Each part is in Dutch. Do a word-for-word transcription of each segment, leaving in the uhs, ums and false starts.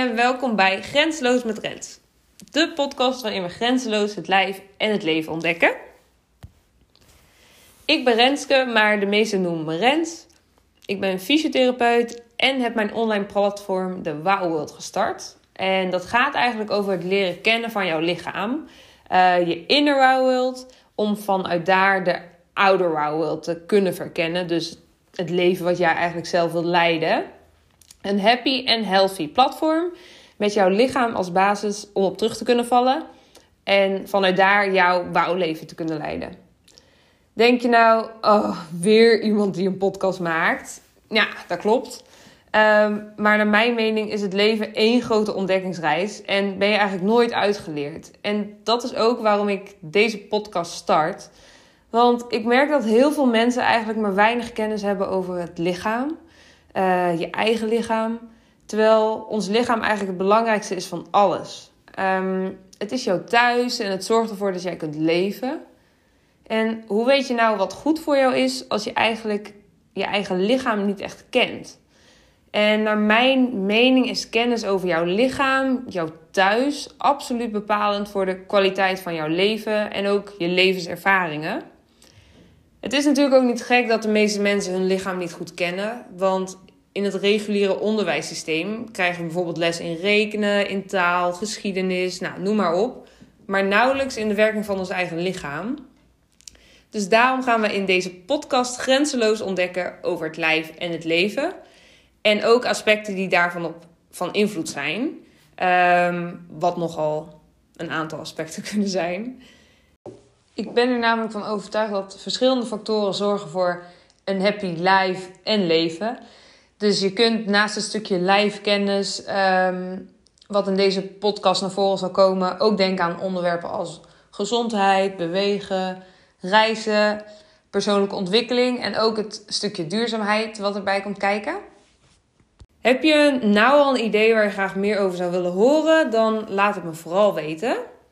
en welkom bij Grenzeloos met Rens. De podcast waarin we grenzeloos het lijf en het leven ontdekken. Ik ben Renske, maar de meesten noemen me Rens. Ik ben fysiotherapeut en heb mijn online platform de Wow World gestart. En dat gaat eigenlijk over het leren kennen van jouw lichaam. Uh, je inner Wow World, om vanuit daar de outer Wow World te kunnen verkennen. Dus het leven wat jij eigenlijk zelf wilt leiden. Een happy en healthy platform met jouw lichaam als basis om op terug te kunnen vallen. En vanuit daar jouw wauwleven te kunnen leiden. Denk je nou, oh, weer iemand die een podcast maakt? Ja, dat klopt. Um, maar naar mijn mening is het leven één grote ontdekkingsreis. En ben je eigenlijk nooit uitgeleerd. En dat is ook waarom ik deze podcast start. Want ik merk dat heel veel mensen eigenlijk maar weinig kennis hebben over het lichaam. Uh, je eigen lichaam. Terwijl ons lichaam eigenlijk het belangrijkste is van alles. Um, het is jouw thuis en het zorgt ervoor dat jij kunt leven. En hoe weet je nou wat goed voor jou is als je eigenlijk je eigen lichaam niet echt kent? En naar mijn mening is kennis over jouw lichaam, jouw thuis, absoluut bepalend voor de kwaliteit van jouw leven en ook je levenservaringen. Het is natuurlijk ook niet gek dat de meeste mensen hun lichaam niet goed kennen. Want in het reguliere onderwijssysteem krijgen we bijvoorbeeld les in rekenen, in taal, geschiedenis, nou, noem maar op. Maar nauwelijks in de werking van ons eigen lichaam. Dus daarom gaan we in deze podcast grenzeloos ontdekken over het lijf en het leven. En ook aspecten die daarvan op, van invloed zijn. Um, wat nogal een aantal aspecten kunnen zijn. Ik ben er namelijk van overtuigd dat verschillende factoren zorgen voor een happy lijf en leven. Dus je kunt naast een stukje lijfkennis, um, wat in deze podcast naar voren zal komen, ook denken aan onderwerpen als gezondheid, bewegen, reizen, persoonlijke ontwikkeling en ook het stukje duurzaamheid wat erbij komt kijken. Heb je nou al een idee waar je graag meer over zou willen horen? Dan laat het me vooral weten.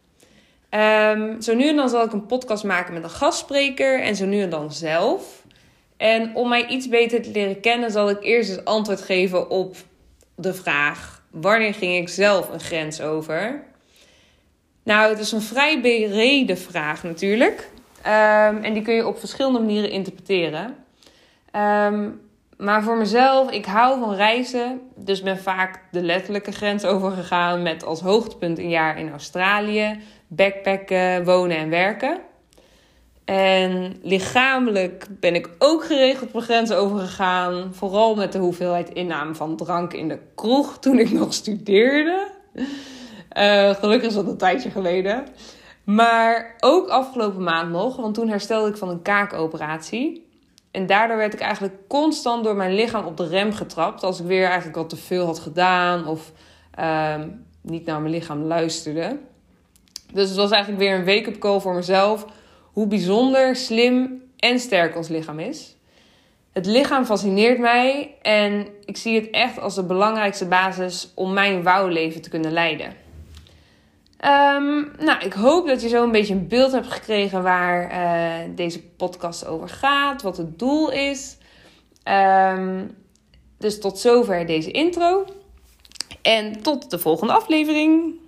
Um, zo nu en dan zal ik een podcast maken met een gastspreker en zo nu en dan zelf. En om mij iets beter te leren kennen zal ik eerst eens antwoord geven op de vraag: wanneer ging ik zelf een grens over? Nou, het is een vrij brede vraag natuurlijk. Um, en die kun je op verschillende manieren interpreteren. Um, maar voor mezelf, ik hou van reizen. Dus ben vaak de letterlijke grens overgegaan met als hoogtepunt een jaar in Australië. Backpacken, wonen en werken. En lichamelijk ben ik ook geregeld mijn grens overgegaan. Vooral met de hoeveelheid inname van drank in de kroeg toen ik nog studeerde. Uh, gelukkig is dat een tijdje geleden. Maar ook afgelopen maand nog, want toen herstelde ik van een kaakoperatie. En daardoor werd ik eigenlijk constant door mijn lichaam op de rem getrapt. Als ik weer eigenlijk wat te veel had gedaan of uh, niet naar mijn lichaam luisterde. Dus het was eigenlijk weer een wake-up call voor mezelf. Hoe bijzonder, slim en sterk ons lichaam is. Het lichaam fascineert mij en ik zie het echt als de belangrijkste basis om mijn wauwleven te kunnen leiden. Um, nou, ik hoop dat je zo een beetje een beeld hebt gekregen waar uh, deze podcast over gaat, wat het doel is. Um, dus tot zover deze intro en tot de volgende aflevering.